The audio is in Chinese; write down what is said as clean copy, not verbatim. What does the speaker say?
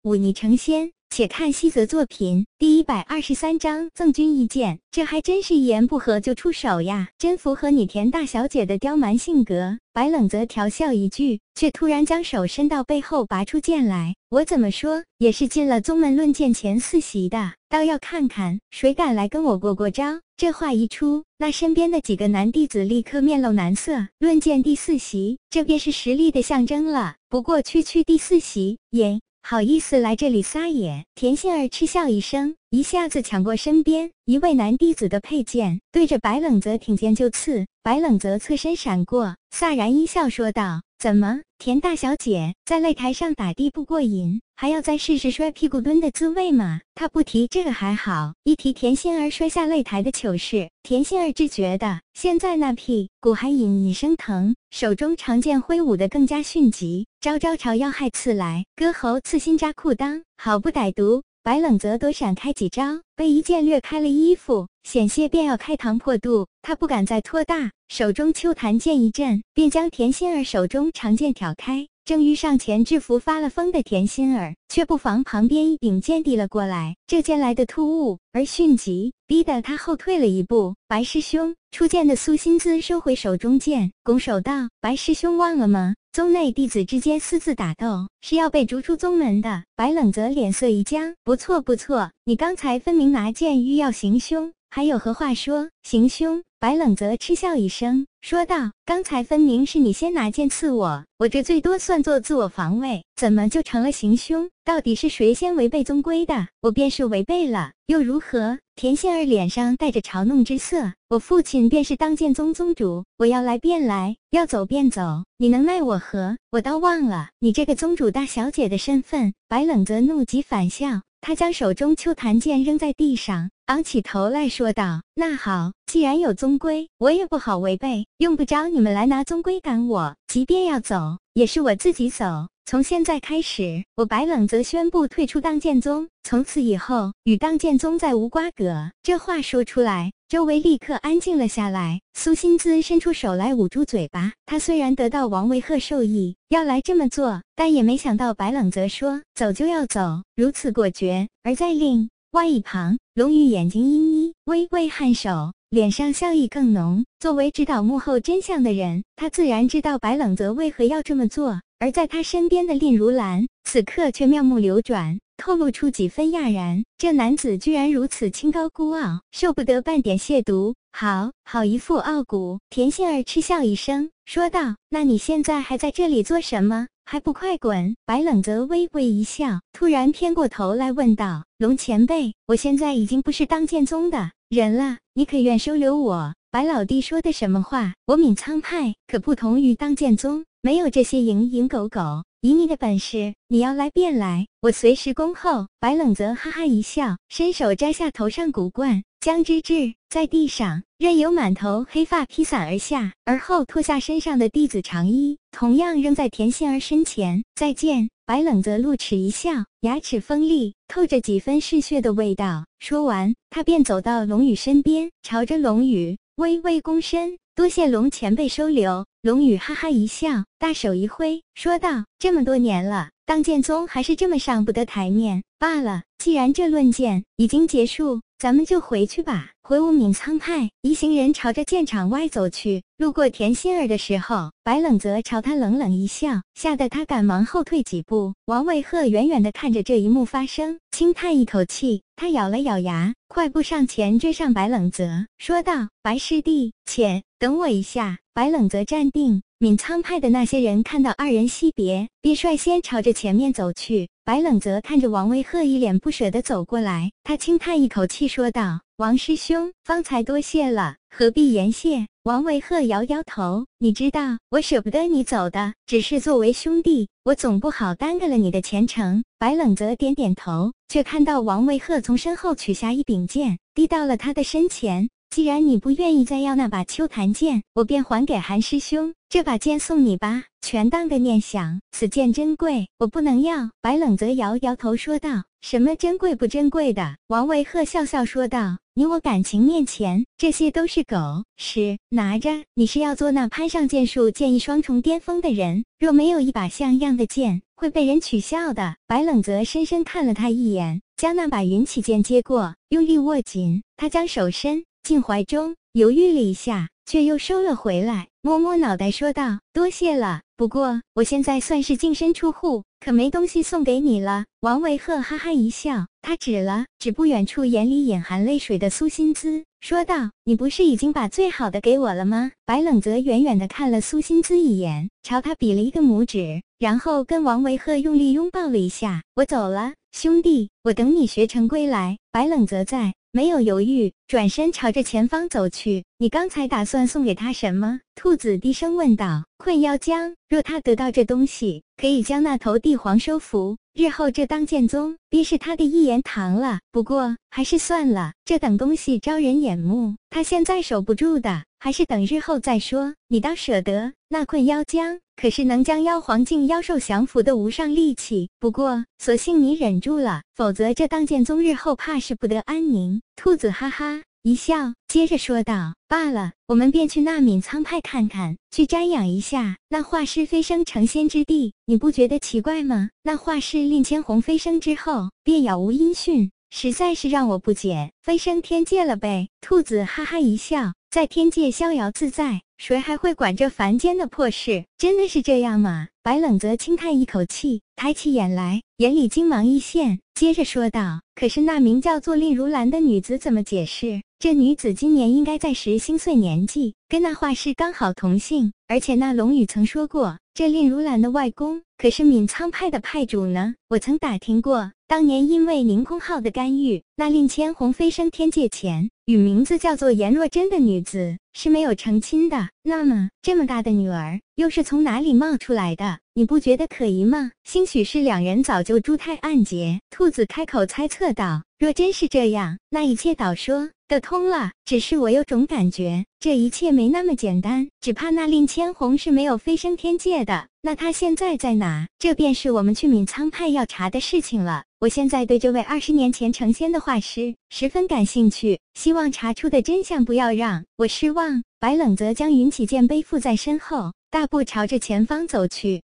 忤逆成仙。且看西泽作品第123章赠君一剑，这还真是一言不合就出手呀，真符合你田大小姐的刁蛮性格。白冷泽调笑一句，却突然将手伸到背后拔出剑来。我怎么说也是进了宗门论剑前4席的，倒要看看谁敢来跟我过招。这话一出，那身边的几个男弟子立刻面露难色。论剑第4席，这便是实力的象征了。不过区第4席也好意思来这里撒野？田心儿嗤笑一声，一下子抢过身边一位男弟子的佩剑，对着白冷泽挺剑就刺。白冷泽侧身闪过，飒然一笑说道：“怎么，田大小姐在擂台上打的不过瘾，还要再试试摔屁股蹲的滋味吗？”他不提这个还好，一提田心儿摔下擂台的糗事，田心儿只觉得现在那屁股还隐隐生疼，手中长剑挥舞得更加迅疾，招朝要害刺来，割喉刺心扎裤裆，好不歹毒。白冷泽躲闪开几招，被一剑掠开了衣服，险些便要开膛破肚。他不敢再拖大，手中秋檀剑一震，便将田心儿手中长剑挑开。正欲上前制服发了疯的田心儿，却不防旁边一柄剑递了过来。这剑来的突兀而迅疾，逼得他后退了一步。白师兄，出剑的苏心姿收回手中剑，拱手道：“白师兄忘了吗？宗内弟子之间私自打斗，是要被逐出宗门的。”白冷泽脸色一僵：“不错不错，你刚才分明拿剑欲要行凶，还有何话说？行凶？”白冷泽嗤笑一声，说道：“刚才分明是你先拿剑刺我，我这最多算作自我防卫，怎么就成了行凶？到底是谁先违背宗规的？我便是违背了，又如何？”田心儿脸上带着嘲弄之色：“我父亲便是当剑宗宗主，我要来便来，要走便走，你能奈我何？我倒忘了你这个宗主大小姐的身份。”白冷泽怒极反笑，他将手中秋檀剑扔在地上，昂起头来说道：“那好，既然有宗规，我也不好违背，用不着你们来拿宗规赶我，即便要走，也是我自己走。从现在开始，我白冷泽宣布退出当剑宗，从此以后与当剑宗再无瓜葛。”这话说出来，周围立刻安静了下来。苏心姿伸出手来捂住嘴巴，他虽然得到王维鹤授意要来这么做，但也没想到白冷泽说走就要走，如此果决。而在另外一旁，龙宇眼睛阴翳，微微颔首，脸上笑意更浓。作为知道幕后真相的人，他自然知道白冷泽为何要这么做。而在他身边的令如兰此刻却妙目流转，透露出几分讶然，这男子居然如此清高孤傲，受不得半点亵渎，好一副傲骨。田心儿嗤笑一声，说道：“那你现在还在这里做什么？还不快滚！”白冷泽微微一笑，突然偏过头来问道：“龙前辈，我现在已经不是当剑宗的人了，你可愿收留我？”白老弟说的什么话？我闵苍派可不同于当剑宗，没有这些蝇营狗苟，以你的本事，你要来便来，我随时恭候。白冷泽哈哈一笑，伸手摘下头上古冠，将之置在地上，任由满头黑发披散而下，而后脱下身上的弟子长衣，同样扔在田心儿身前。再见。白冷泽露齿一笑，牙齿锋利，透着几分嗜血的味道。说完，他便走到龙宇身边，朝着龙宇微微躬身：“多谢龙前辈收留。”龙宇哈哈一笑，大手一挥，说道：“这么多年了，当剑宗还是这么上不得台面。罢了，既然这论剑已经结束，咱们就回去吧。”回吾闵苍派。一行人朝着剑场外走去，路过田心儿的时候，白冷泽朝他冷冷一笑，吓得他赶忙后退几步。王卫鹤远远地看着这一幕发生，轻叹一口气，他咬了咬牙，快步上前追上白冷泽，说道：“白师弟，且等我一下。”白冷泽站定，闵苍派的那些人看到二人惜别，便率先朝着前面走去。白冷泽看着王卫鹤一脸不舍地走过来，他轻叹一口气说道：“王师兄，方才多谢了，何必言谢？”王卫鹤摇摇头：“你知道，我舍不得你走的，只是作为兄弟，我总不好耽搁了你的前程。”白冷泽点点头，却看到王卫鹤从身后取下一柄剑，递到了他的身前。 既然你不愿意再要那把秋檀剑，我便还给韩师兄。这把剑送你吧。权当的念想，此剑珍贵，我不能要。白冷则摇摇头说道：什么珍贵不珍贵的？王维鹤笑笑说道：你我感情面前，这些都是狗屎。拿着，你是要做那攀上剑术剑艺双重巅峰的人，若没有一把像样的剑，会被人取笑的。白冷则深深看了他一眼，将那把云起剑接过，用力握紧。他将手伸进怀中，犹豫了一下，却又收了回来，摸摸脑袋说道：多谢了，不过我现在算是净身出户，可没东西送给你了。王维鹤哈哈一笑，他指不远处眼里隐含泪水的苏心姿，说道：你不是已经把最好的给我了吗？白冷则远远地看了苏心姿一眼，朝他比了一个拇指，然后跟王维鹤用力拥抱了一下。我走了，兄弟，我等你学成归来。白冷则没有犹豫，转身朝着前方走去。你刚才打算送给他什么？兔子低声问道。困妖浆，若他得到这东西，可以将那头帝皇收服，日后这当剑宗必是他的一言堂了。不过还是算了，这等东西招人眼目，他现在守不住的，还是等日后再说。你倒舍得，那困妖浆可是能将妖皇境妖兽降服的无上利器，不过所幸你忍住了，否则这当剑宗日后怕是不得安宁。兔子哈哈一笑，接着说道：罢了，我们便去那闵苍派看看，去瞻仰一下那画师飞升成仙之地，你不觉得奇怪吗？那画师令千红飞升之后便杳无音讯，实在是让我不解。飞升天界了呗？兔子哈哈一笑，在天界逍遥自在，谁还会管这凡间的破事？真的是这样吗？白冷则轻叹一口气，抬起眼来，眼里惊芒一现，接着说道：可是那名叫做令如兰的女子怎么解释？这女子今年应该在10星岁年纪，跟那画师刚好同姓，而且那龙宇曾说过，这令如兰的外公可是闵苍派的派主呢。我曾打听过，当年因为凌空号的干预，那令千红飞升天界前，与名字叫做颜若真的女子是没有成亲的。那么这么大的女儿又是从哪里冒出来的？你不觉得可疑吗？兴许是两人早就珠胎暗结。兔子开口猜测道：若真是这样，那一切倒说得通了。只是我有种感觉，这一切没那么简单，只怕那令千红是没有飞升天界的。那他现在在哪？这便是我们去闵苍派要查的事情了。我现在对这位20年前成仙的画师十分感兴趣，希望查出的真相不要让我失望。白冷则将云起剑背负在身后，大步朝着前方走去。